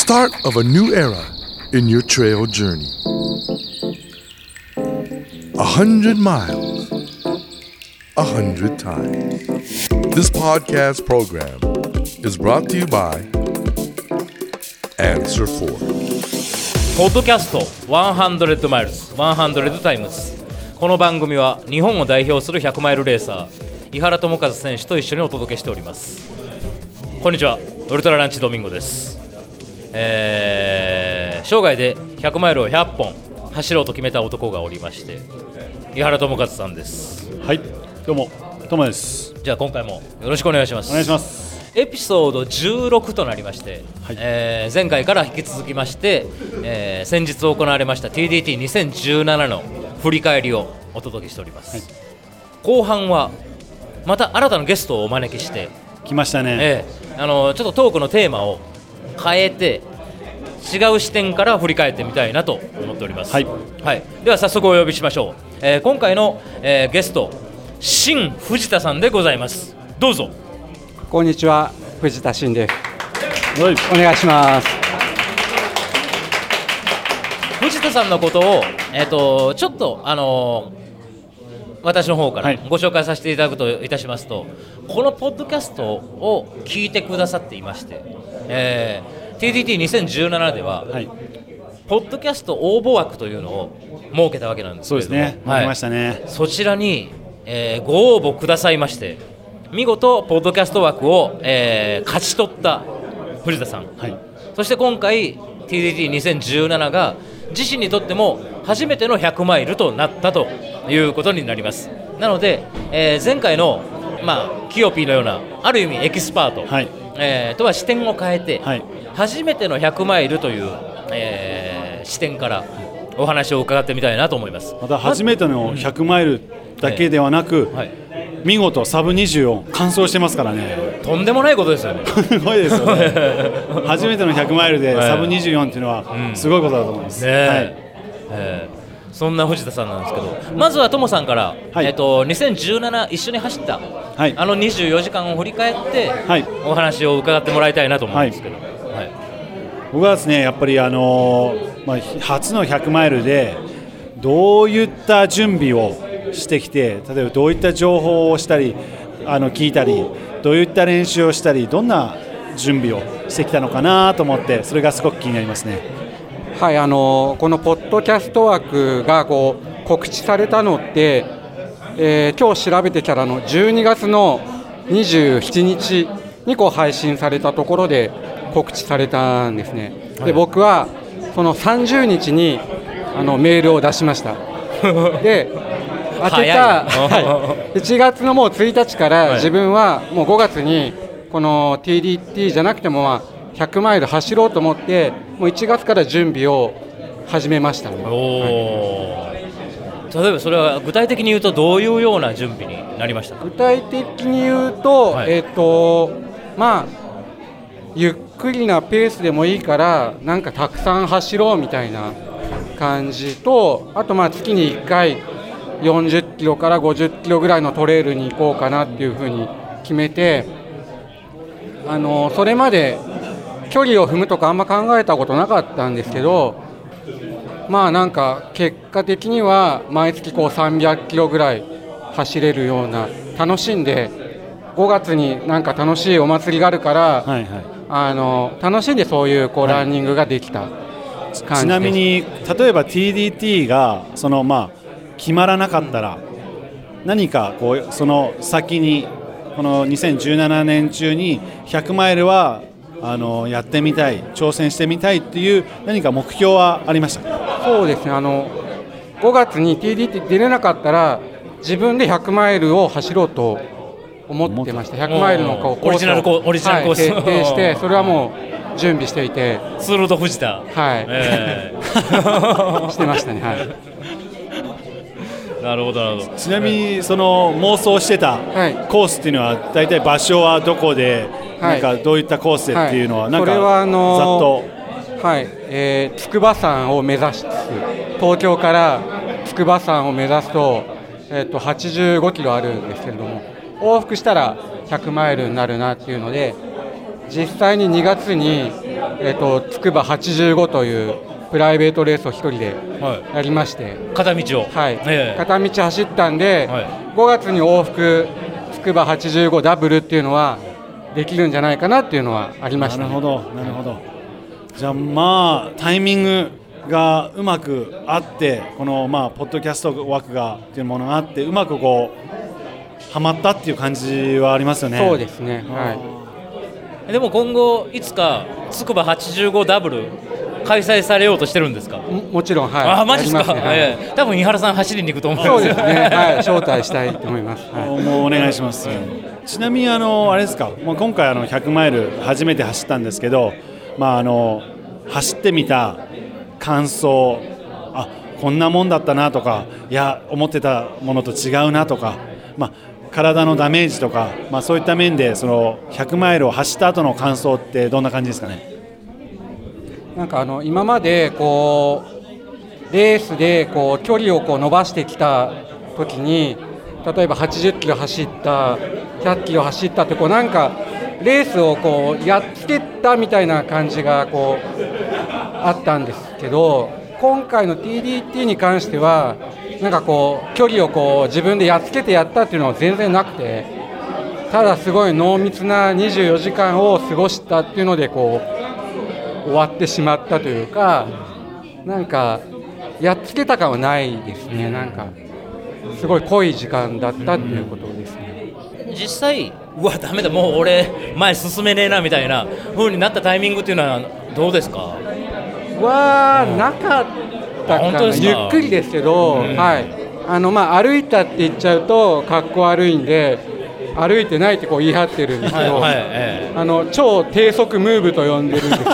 start of a new era in your trail journey. 100 miles, 100 times. This podcast program is brought to you by Answer 4. ポッドキャスト100 miles, 100 times。この番組は日本を代表する100マイルレーサー井原智和選手と一緒にお届けしております。こんにちは、ウルトラランチドミンゴです。生涯で100マイルを100本走ろうと決めた男がおりまして、井原智和さんです。 はい、どうも、トモです。 じゃあ今回もよろしくお願いします。 お願いします。 エピソード16となりまして、 はい、 前回から引き続きまして、先日行われました TDT2017 の振り返りをお届けしております。はい、後半はまた新たなゲストをお招きして来ましたね。 ちょっとトークのテーマを変えて違う視点から振り返ってみたいなと思っております。 はい、 はい、では早速お呼びしましょう。今回の、ゲスト新藤田さんでございます。どうぞ。 こんにちは、藤田新です。 はい、 お願いします。 藤田さんのことを、ちょっと私の方からご紹介させていただくといたしますと、このポッドキャストを聞いてくださっていまして、TDT2017 では、はい、ポッドキャスト応募枠というのを設けたわけなんですけれども、 そうですね、 はい、 ましたね。 そちらに、ご応募くださいまして、見事ポッドキャスト枠を、勝ち取った藤田さん、はい、そして今回 TDT2017 が自身にとっても初めての100マイルとなったということになります。なので、前回の、キヨピーのようなある意味エキスパート、はい、とは視点を変えて、はい、初めての100マイルという、視点からお話を伺ってみたいなと思います。 また初めての100マイルだけではなく、はい、見事サブ24完走してますからね。 とんでもないことですよね。 すごいですよね。初めての100マイルでサブ24っていうのはすごいことだと思います。 そんな藤田さんなんですけど、まずはトモさんから、はい、2017一緒に走った、はい、24時間を振り返って、はい、お話を伺ってもらいたいなと思うんですけど、はいはい、 僕はですね、やっぱり初の100マイルでどういった準備をしてきて、例えばどういった情報をしたり聞いたり、どういった練習をしたり、どんな準備をしてきたのかなと思って、それがすごく気になりますね。 はい、このポッドキャスト枠が告知されたのって、今日調べてきたら12月の27日に配信されたところで告知されたんですね。で、僕はその30日にメールを出しました。で、当てた、1月のもう1日から自分はもう5月にこの TDT じゃなくても100マイル走ろうと思って、もう1月から準備を始めましたね。 例えばそれは具体的に言うとどういうような準備になりましたか？ 具体的に言うと、はい、ゆっくりなペースでもいいからなんかたくさん走ろうみたいな感じと、あと月に1回40キロから50キロぐらいのトレイルに行こうかなっていうふうに決めて、それまで距離を踏むとかあんま考えたことなかったんですけど、なんか結果的には毎月300キロぐらい走れるような、楽しんで5月になんか楽しいお祭りがあるから、はいはい、楽しんでそういうランニングができた感じです。 ちなみに例えば TDT が決まらなかったら、何かその先にこの2017年中に100マイルはやってみたい、挑戦してみたいっていう何か目標はありましたか？ そうですね、5月に TDT 出れなかったら自分で100マイルを走ろうと思ってました。100マイルのコースをオリジナルコース、 設定して、それはもう準備していて、 ツールド藤田、 してましたね。はい。 なるほどなるほど。 ちなみにその妄想してたコースっていうのは大体場所はどこで、なんかどういったコースでっていうのはなんかざっと、 筑波山を目指しつつ、東京から筑波山を目指すと、85キロあるんですけれども、往復したら100マイルになるなっていうので、実際に2月につくば85というプライベートレースを1人でやりまして、 片道を、 はい片道走ったんで、5月に往復つくば85ダブルっていうのはできるんじゃないかなっていうのはありました、ね、 なるほど。じゃあまあタイミングがうまくあってこのポッドキャスト枠がっていうものがあってうまくこうはまったっていう感じはありますよね。 そうですね、 でも今後いつかつくば85ダブル開催されようとしてるんですか？ もちろん、 マジですか、多分井原さん走りに行くと思うんですよ。 そうですね、招待したいと思います、 もうお願いします、ちなみにあれですか、今回100マイル初めて走ったんですけど、走ってみた感想、こんなもんだったなとか、いや思ってたものと違うなとか、体のダメージとか、そういった面でその100マイルを走った後の感想ってどんな感じですかね？ なんか今までこうレースでこう距離をこう伸ばしてきた時に、例えば80キロ走った100キロ走ったってこうなんかレースをこうやっつけたみたいな感じがこうあったんですけど、今回の TDT に関してはなんかこう距離をこう自分でやっつけてやったっていうのは全然なくて、ただすごい濃密な24時間を過ごしたっていうのでこう終わってしまったというか、なんかやっつけた感はないですね。なんかすごい濃い時間だったっていうことですね。 実際ダメだもう俺前進めねえなみたいな風になったタイミングっていうのはどうですか？ なかったかな。ゆっくりですけど、歩いたって言っちゃうとかっこ悪いんで歩いてないってこう言い張ってるんですけど、超低速ムーブと呼んでるんですけど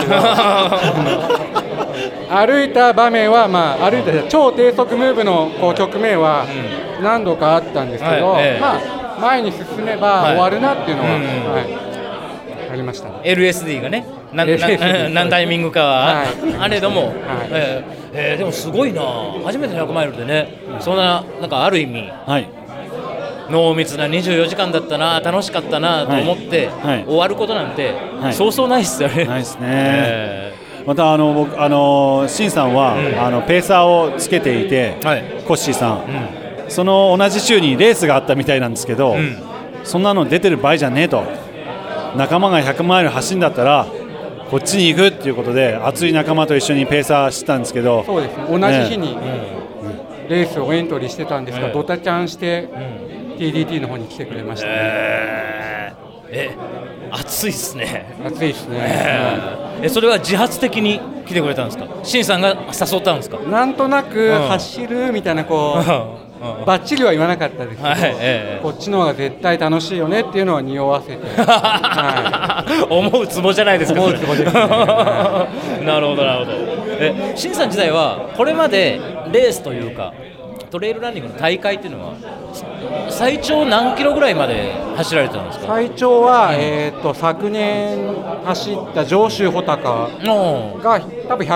歩いた場面は、歩いた超低速ムーブのこう局面は何度かあったんですけど、前に進めば終わるなっていうのは、ありました、ね。 LSD がね何タイミングかはあれども、でもすごいな、初めて100マイルでね、そんななんかある意味、濃密な24時間だったな、楽しかったなと思って終わることなんてそうそうないですよね。 ないですね。また僕シンさんは、ペーサーをつけていて、コッシーさん、その同じ週にレースがあったみたいなんですけど、そんなの出てる場合じゃねえと、仲間が100マイル走るんだったらこっちに行くっていうことで熱い仲間と一緒にペーサーしてたんですけど、 そうですね、同じ日にレースをエントリーしてたんですが、ドタキャンして、TDT の方に来てくれましたね。 暑いですね。 暑いですね。 それは自発的に来てくれたんですか？シンさんが誘ったんですか？ なんとなく走るみたいなこうバッチリは言わなかったですけど、こっちの方が絶対楽しいよねっていうのは匂わせて、 思うツボじゃないですか。 思うツボですね。 なるほどなるほど。シンさん自体はこれまでレースというかトレイルランニングの大会っていうのは最長何キロぐらいまで走られてたんですか？ 最長は、昨年走った上州穂高が多分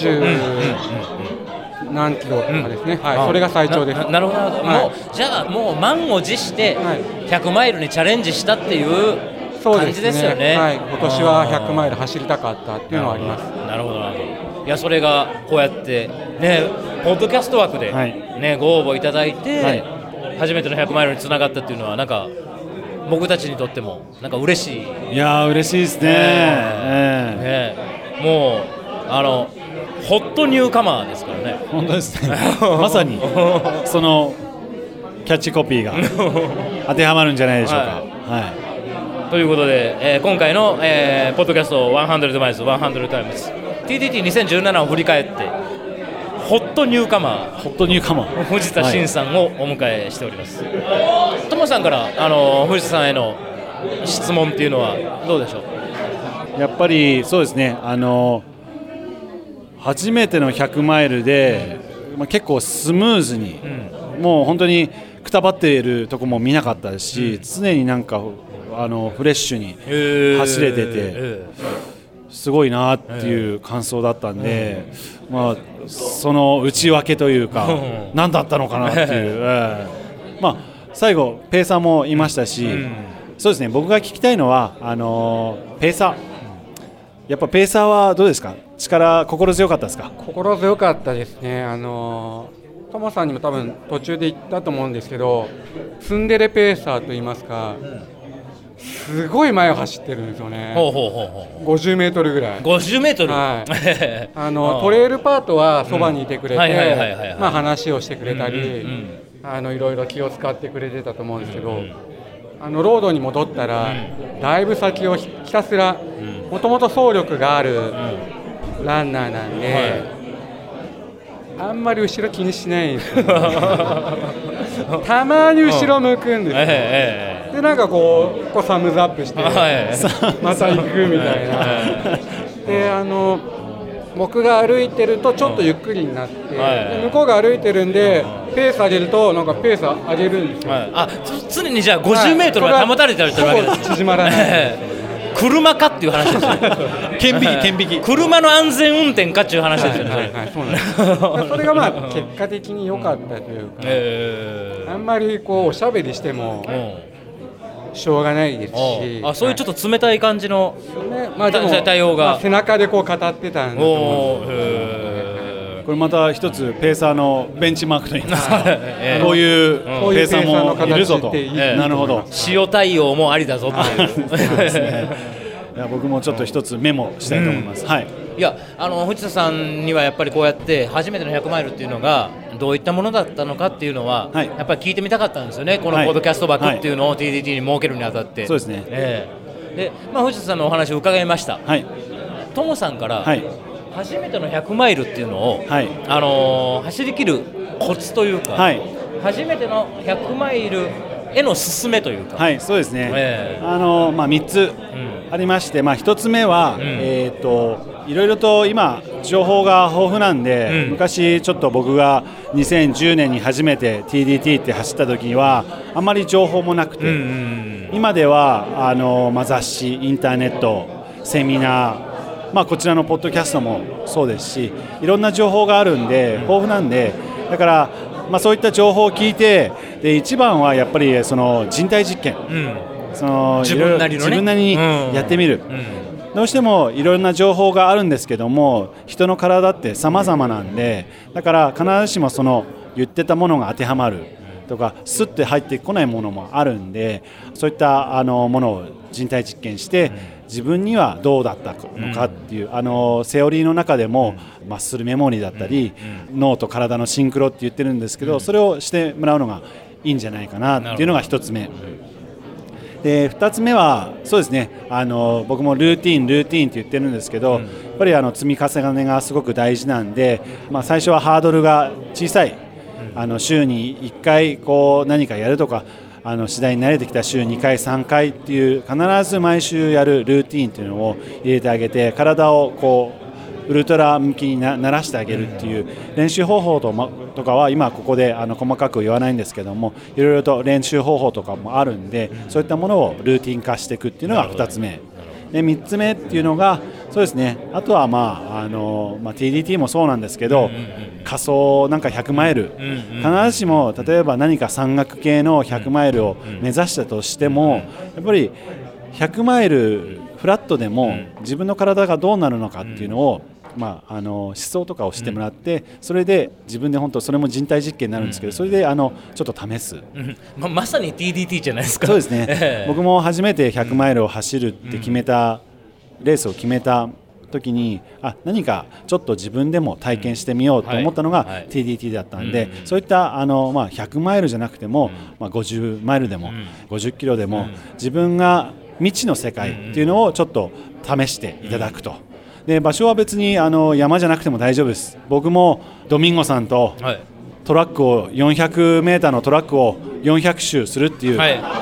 120何キロとかですね、それが最長です。 なるほど、じゃあもう満を持して100マイルにチャレンジしたっていう感じですよね。 今年は100マイル走りたかったっていうのはあります。 なるほどなるほど。いやそれがこうやってねポッドキャスト枠でね、ご応募いただいて、初めての100マイルにつながったっていうのはなんか僕たちにとってもなんか嬉しい。 いや嬉しいですね。 もうホットニューカマーですからね。 本当ですね。まさにそのキャッチコピーが当てはまるんじゃないでしょうか。 ということで、今回の、ポッドキャスト100マイルズ100タイムズ TDT2017 を振り返ってホットニューカマー藤田真さんをお迎えしております。トモさんから藤田さんへの質問っていうのはどうでしょう？ やっぱりそうですね、初めての100マイルで、結構スムーズに、もう本当にくたばっているとこも見なかったですし、常になんかフレッシュに走れてて、すごいなっていう感想だったんで、その内訳というか何だったのかなっていう、最後ペーサーもいましたし、そうですね、僕が聞きたいのはペーサーやっぱペーサーはどうですか、心強かったですか？ 心強かったですね。トモさんにも多分途中で言ったと思うんですけど、ツンデレペーサーといいますか、すごい前を走ってるんですよね。50メートルぐらい。 50メートル、 はい、トレイルパートはそばにいてくれて話をしてくれたり、いろいろ気を使ってくれてたと思うんですけど、ロードに戻ったら、だいぶ先をひたすら、もともと走力があるランナーなんで、あんまり後ろ気にしないんですよ、ね、たまに後ろ向くんですよ、でなんかこうサムズアップして、また行くみたいなで僕が歩いてるとちょっとゆっくりになって、で向こうが歩いてるんでペース上げるとなんかペース上げるんですよ、 常にじゃあ50メートルは保たれてるわけです。 縮まらない車かっていう話ですよ天引き車の安全運転かっていう話ですよね。 そうなんですそれがまあ結果的に良かったというか、あんまりこうおしゃべりしてもしょうがないですし、 そういうちょっと冷たい感じの対応が、 背中でこう語ってたんだと思うんです。 これまた一つペーサーのベンチマークといいますか、こういうペーサーもいるぞと。なるほど、 塩対応もありだぞっていういや僕もちょっと一つメモしたいと思います。 いや藤田さんにはやっぱりこうやって初めての100マイルっていうのがどういったものだったのかっていうのは、やっぱり聞いてみたかったんですよね、このポッドキャスト枠っていうのを TDT に設けるにあたって。 そうですね、 で藤田さんのお話を伺いました。トモさんから、初めての100マイルっていうのを、走り切るコツというか、初めての100マイルへの進めというか、 そうですね、3つありまして、1つ目は、いろいろと今情報が豊富なんで、昔ちょっと僕が2010年に初めて TDT って走った時にはあんまり情報もなくて、今では雑誌、インターネット、セミナー、こちらのポッドキャストもそうですし、いろんな情報があるんで豊富なんで、だからそういった情報を聞いて、で一番はやっぱりその人体実験、 自分なりにやってみる、どうしてもいろんな情報があるんですけども、人の体って様々なんで、だから必ずしもその言ってたものが当てはまるとかスッて入ってこないものもあるんで、そういったものを人体実験して、自分にはどうだったのかっていう、セオリーの中でもマッスルメモリーだったり、脳と体のシンクロって言ってるんですけど、それをしてもらうのがいいんじゃないかなっていうのが一つ目で、2つ目はそうですね、僕もルーティンって言ってるんですけど、やっぱり積み重ねがすごく大事なんで、最初はハードルが小さい、週に1回こう何かやるとか、次第に慣れてきた週2回3回っていう必ず毎週やるルーティンっていうのを入れてあげて、体をこうウルトラ向きに慣らしてあげるっていう練習方法とかは今ここで細かく言わないんですけども、いろいろと練習方法とかもあるんで、そういったものをルーティン化していくっていうのが2つ目で、3つ目っていうのがそうですね、あとはTDT もそうなんですけど、仮想なんか100マイル、必ずしも例えば何か山岳系の100マイルを目指したとしても、やっぱり100マイルフラットでも自分の体がどうなるのかっていうのを思想とかをしてもらって、それで自分で本当それも人体実験になるんですけど、それでちょっと試す、 まさに TDT じゃないですか。 そうですね、僕も初めて100マイルを走るって決めた、レースを決めた時に何かちょっと自分でも体験してみようと思ったのが TDT だったんで、そういった100マイルじゃなくても、50マイルでも50キロでも、自分が未知の世界っていうのをちょっと試していただくと。で場所は別に山じゃなくても大丈夫です。僕もドミンゴさんとトラックを400メーターのトラックを400周するっていう、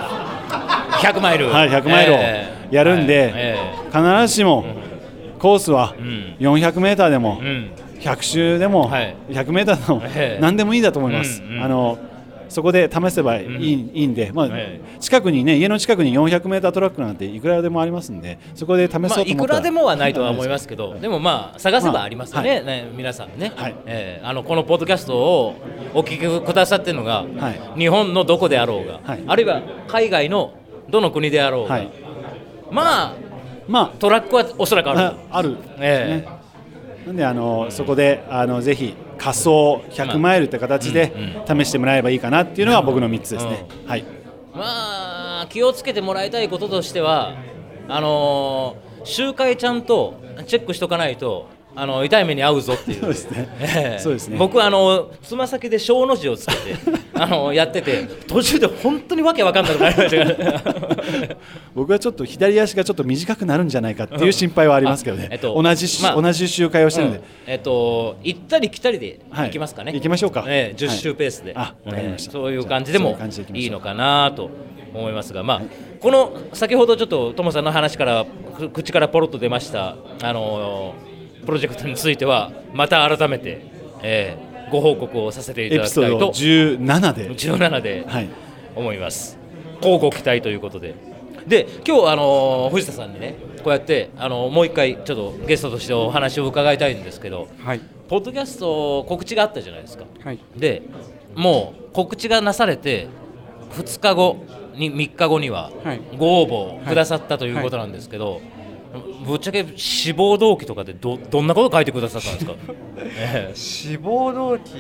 100マイル、 100マイルをやるんで、必ずしもコースは400メーターでも100周でも100メーターでも何でもいいだと思います。そこで試せばいいんで、近くにね、家の近くに400メータートラックなんていくらでもありますんで、そこで試そうと思ったら、 いくらでもはないとは思いますけど、でも探せばありますよね、皆さんね、このポッドキャストをお聞きくださっているのが、日本のどこであろうが、あるいは海外のどの国であろうが、 まトラックはおそらくある。 ある、ね。なんでそこでぜひ仮想100マイルって形で試してもらえばいいかなっていうのが僕の3つですね。はい。 まあ気をつけてもらいたいこととしては周回ちゃんとチェックしとかないと痛い目に遭うぞっていう。 そうですね。そうですね。 僕つま先で小の字をつけてやってて途中で本当にわけわかんなくなりましたから僕はちょっと左足がちょっと短くなるんじゃないかっていう心配はありますけどね。同じ周回をしてるんで、 行ったり来たりで行きますかね。 行きましょうか。 10周ペースで、 わかりました。 そういう感じでもいいのかなと思いますが、まあこの先ほどちょっとトモさんの話から口からポロッと出ましたプロジェクトについてはまた改めて、ご報告をさせていただきたいと17で思います。乞うご期待ということで、今日藤田さんにねこうやってもう一回ちょっとゲストとしてお話を伺いたいんですけど、はい、ポッドキャスト告知があったじゃないですか。はい、でもう告知がなされて2日後に3日後にはご応募くださったということなんですけど、ぶっちゃけ志望動機とかで どんなこと書いてくださったんですか？ 志望動機、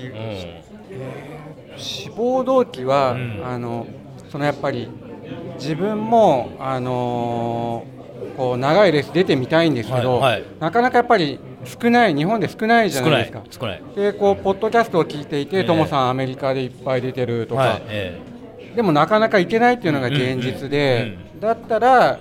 志望動機は、そのやっぱり自分も、こう長いレース出てみたいんですけど、なかなかやっぱり日本で少ないじゃないですか。でこうポッドキャストを聞いていて、トモさんアメリカでいっぱい出てるとか、でもなかなか行けないっていうのが現実で、だったら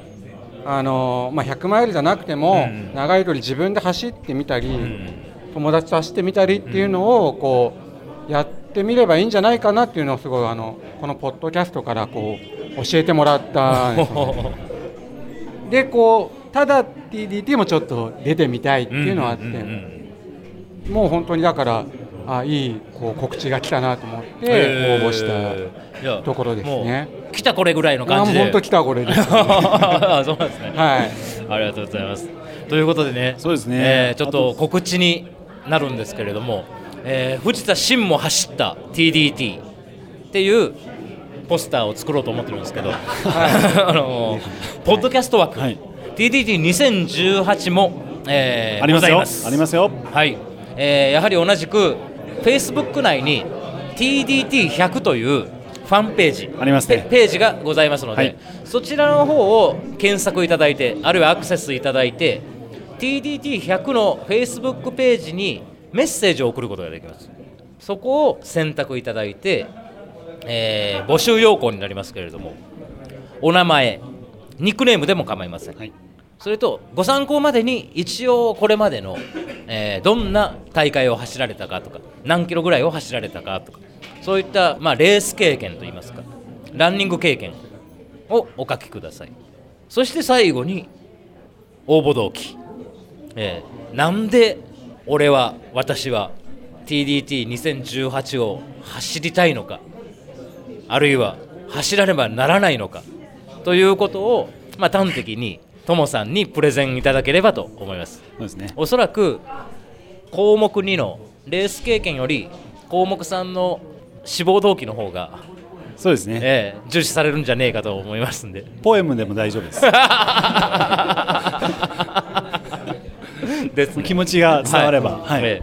100マイルじゃなくても、長い距離自分で走ってみたり、友達と走ってみたりっていうのをこうやってみればいいんじゃないかなっていうのをすごいこのポッドキャストからこう教えてもらったんですよね。でこうただ TDT もちょっと出てみたいっていうのはあって、もう本当にだからいいこう告知が来たなと思って応募したところですね。 来たこれぐらいの感じで。 本当来たこれです、ね。 そうなんですね。 はい。 ありがとうございます。ということでね、 そうですね。 ちょっと告知になるんですけれども、藤田真も走った TDT っていうポスターを作ろうと思ってるんですけど、ポッドキャスト枠、TDT2018 も、 ありますよ。ありますよ。 はい。やはり同じく Facebook 内に TDT100 というファンページありますね。 ページがございますので、そちらの方を検索いただいて、あるいはアクセスいただいて TDT100 の Facebook ページにメッセージを送ることができます。そこを選択いただいて、募集要項になりますけれども、お名前、ニックネームでも構いません。それとご参考までに一応これまでの、どんな大会を走られたかとか、何キロぐらいを走られたかとか、そういった、レース経験といいますか、ランニング経験をお書きください。そして最後に応募動機、なんで私は TDT2018 を走りたいのか、あるいは走らねばならないのかということを、端的にトモさんにプレゼンいただければと思います。 そうですね。 おそらく項目2のレース経験より項目3の志望動機の方がそうですね、 重視されるんじゃねえかと思いますんで、 ポエムでも大丈夫ですですね、 気持ちが伝われば、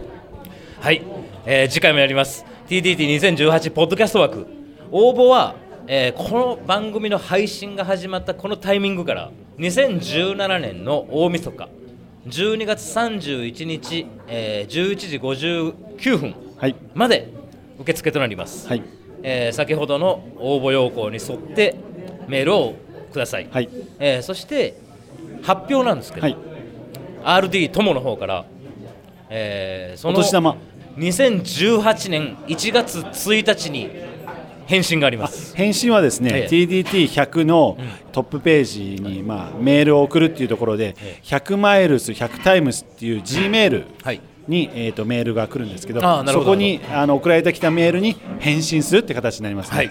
次回もやります TDT2018 ポッドキャスト枠。応募は、この番組の配信が始まったこのタイミングから2017年の大晦日12月31日、11時59分まで受付となります。先ほどの応募要項に沿ってメールをください。そして発表なんですけど、RD 友の方から、その2018年1月1日に返信があります。 返信はですね、TDT100 のトップページに、メールを送るっていうところで、100マイルス100タイムスっていう G メールに、メールが来るんですけど、そこに送られてきたメールに返信するって形になりますね。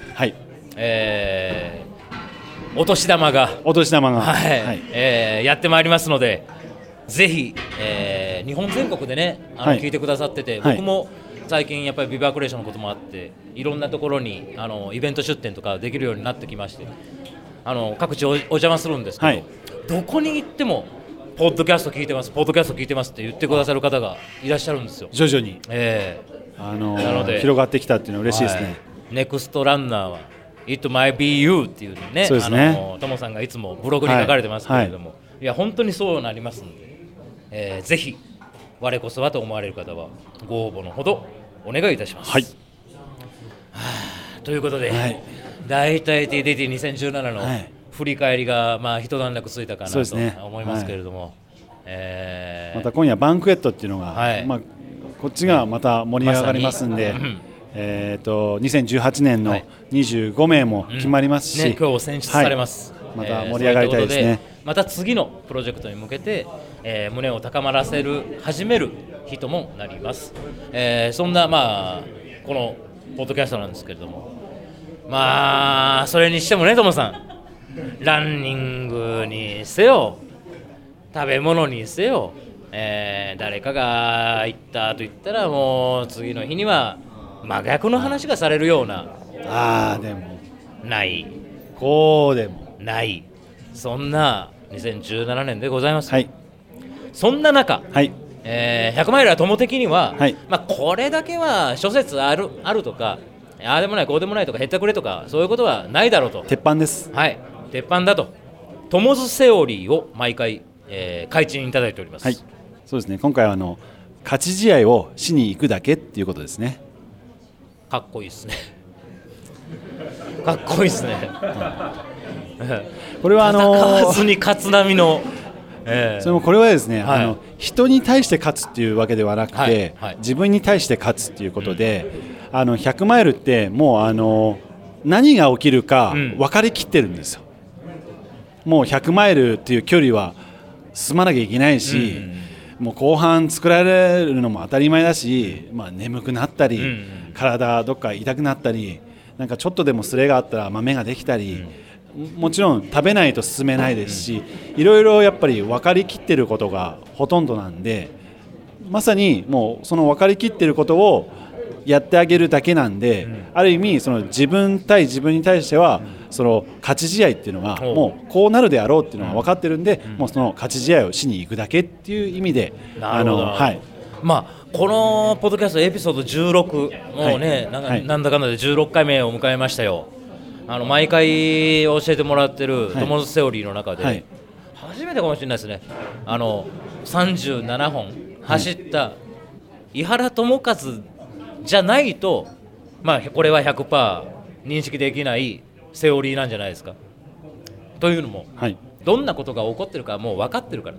お年玉がやってまいりますので、ぜひ、日本全国でね聞いてくださってて、僕も最近やっぱりビバークレーションのこともあっていろんなところにイベント出店とかできるようになってきまして、各地お邪魔するんですけど、どこに行ってもポッドキャスト聞いてますポッドキャスト聞いてますって言ってくださる方がいらっしゃるんですよ。 徐々に、 なので広がってきたっていうのは嬉しいですね、 ネクストランナーは It might be you っていうね、 そうですね、 トモさんがいつもブログに書かれてますけれども、いや本当にそうなりますので、ぜひ我こそはと思われる方はご応募のほどお願いいたします。ということで、大体 TDT2017 の振り返りが一段落ついたかなと思いますけれども、 また今夜バンクエットっていうのが、こっちがまた盛り上がりますんで、2018年の25名も決まりますし、 今日選出されます、 また盛り上がりたいですね。 また次のプロジェクトに向けて、胸を高まらせる始める人もなります、そんなこのポッドキャストなんですけれども、それにしてもねトモさん、ランニングにせよ食べ物にせよ、誰かが言ったと言ったらもう次の日には真逆の話がされるような、 でもないこうでもないそんな2017年でございます、 はい、 そんな中、100マイルは友的には、これだけは諸説あるとか、ああでもないこうでもないとかへったくれとかそういうことはないだろうと、 鉄板です。 鉄板だとトモズセオリーを毎回、開陳いただいております。 そうですね、今回は勝ち試合をしに行くだけっていうことですね。 かっこいいですねかっこいいですねこれは戦わずに勝つ並みの、 それもこれはですね、人に対して勝つっていうわけではなくて、自分に対して勝つっていうことで、100マイルってもう何が起きるか分かりきってるんですよ。もう100マイルっていう距離は進まなきゃいけないし、もう後半作られるのも当たり前だし、眠くなったり、体どっか痛くなったり、なんかちょっとでもスレがあったら豆ができたり、もちろん食べないと進めないですし、いろいろやっぱり分かりきってることがほとんどなんで、まさにもうその分かりきってることをやってあげるだけなんで、ある意味その自分対自分に対してはその勝ち試合っていうのがもうこうなるであろうっていうのが分かってるんで、もうその勝ち試合をしに行くだけっていう意味で、 このポッドキャストエピソード16もうね、なんだかんだで16回目を迎えましたよ。毎回教えてもらってるトモズセオリーの中で、初めてかもしれないですね。37本走った井原智和じゃないと、これは 100% 認識できないセオリーなんじゃないですか。というのも、どんなことが起こってるかもう分かってるから。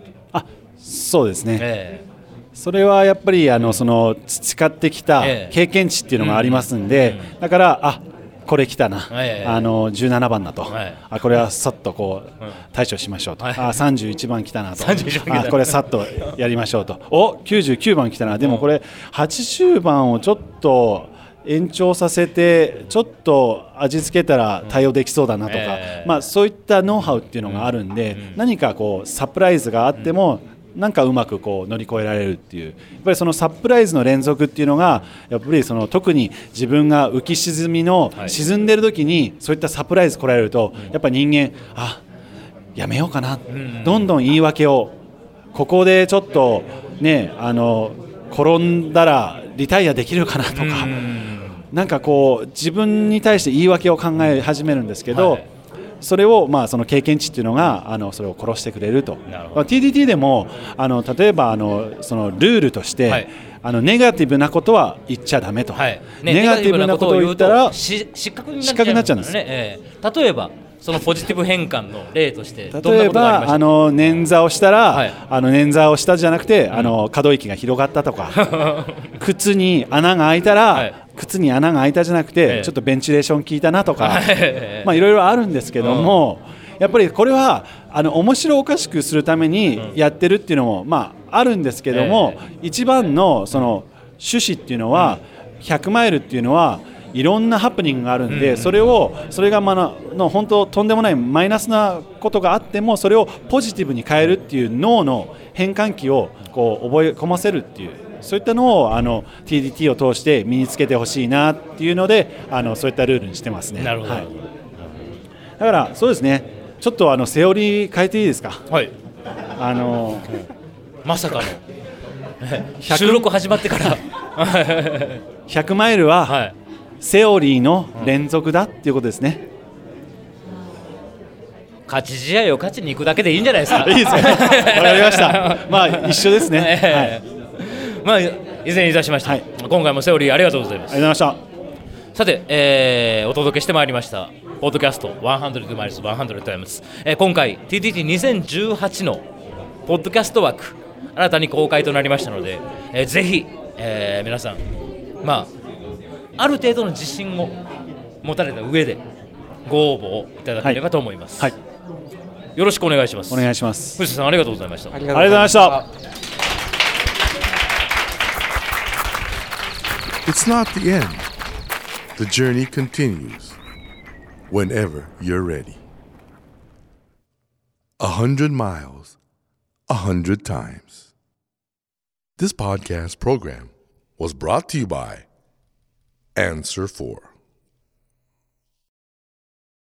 そうですね、それはやっぱりその培ってきた経験値っていうのがありますんで、だからこれ来たな、17番だと、これはさっとこう対処しましょうと、31番来たなと、これさっとやりましょうと、99番来たな、でもこれ80番をちょっと延長させてちょっと味付けたら対応できそうだなとか、そういったノウハウっていうのがあるんで、何かこうサプライズがあってもなんかうまくこう乗り越えられるっていう、やっぱりそのサプライズの連続っていうのがやっぱりその特に自分が浮き沈みの沈んでる時にそういったサプライズ来られると、やっぱり人間やめようかな、どんどん言い訳を、ここでちょっとね転んだらリタイアできるかなとか、なんかこう自分に対して言い訳を考え始めるんですけど、それをその経験値っていうのがそれを殺してくれると。TDT でも例えばそのルールとして、ネガティブなことは言っちゃダメと、ネガティブなことを言ったら失格になっちゃうんですね。 例えばそのポジティブ変換の例としてどんなことがありました？ 例えば捻挫をしたら、捻挫をしたじゃなくて可動域が広がったとか靴に穴が開いたら、靴に穴が開いたじゃなくて、ちょっとベンチレーション効いたなとか、いろいろあるんですけども、やっぱりこれは面白おかしくするためにやってるっていうのもあるんですけども、一番のその趣旨っていうのは、100マイルっていうのはいろんなハプニングがあるんで、それが本当とんでもないマイナスなことがあってもそれをポジティブに変えるっていう脳の変換器をこう覚え込ませるっていう、そういったのをTDT を通して身につけてほしいなっていうのでそういったルールにしてますね。 なるほど、 だからそうですね、ちょっとセオリー変えていいですか。 まさかの収録始まってから 100マイルはセオリーの連続だっていうことですね。 勝ち試合を勝ちに行くだけでいいんじゃないですか。 いいですね。わかりました。まあ一緒ですね。 まあいずれにいたしまして、今回もセオリーありがとうございます。 ありがとうございました。さて、お届けしてまいりましたポッドキャスト100 miles 100 times、今回 TTT2018 のポッドキャスト枠新たに公開となりましたので、ぜひ、皆さん、ある程度の自信を持たれた上でご応募をいただければと思います。よろしくお願いします。 お願いします。 藤田さんありがとうございました。 ありがとうございました。 It's not the end. The journey continues whenever you're ready. 100 miles, 100 times. This podcast program was brought to you by Answer 4.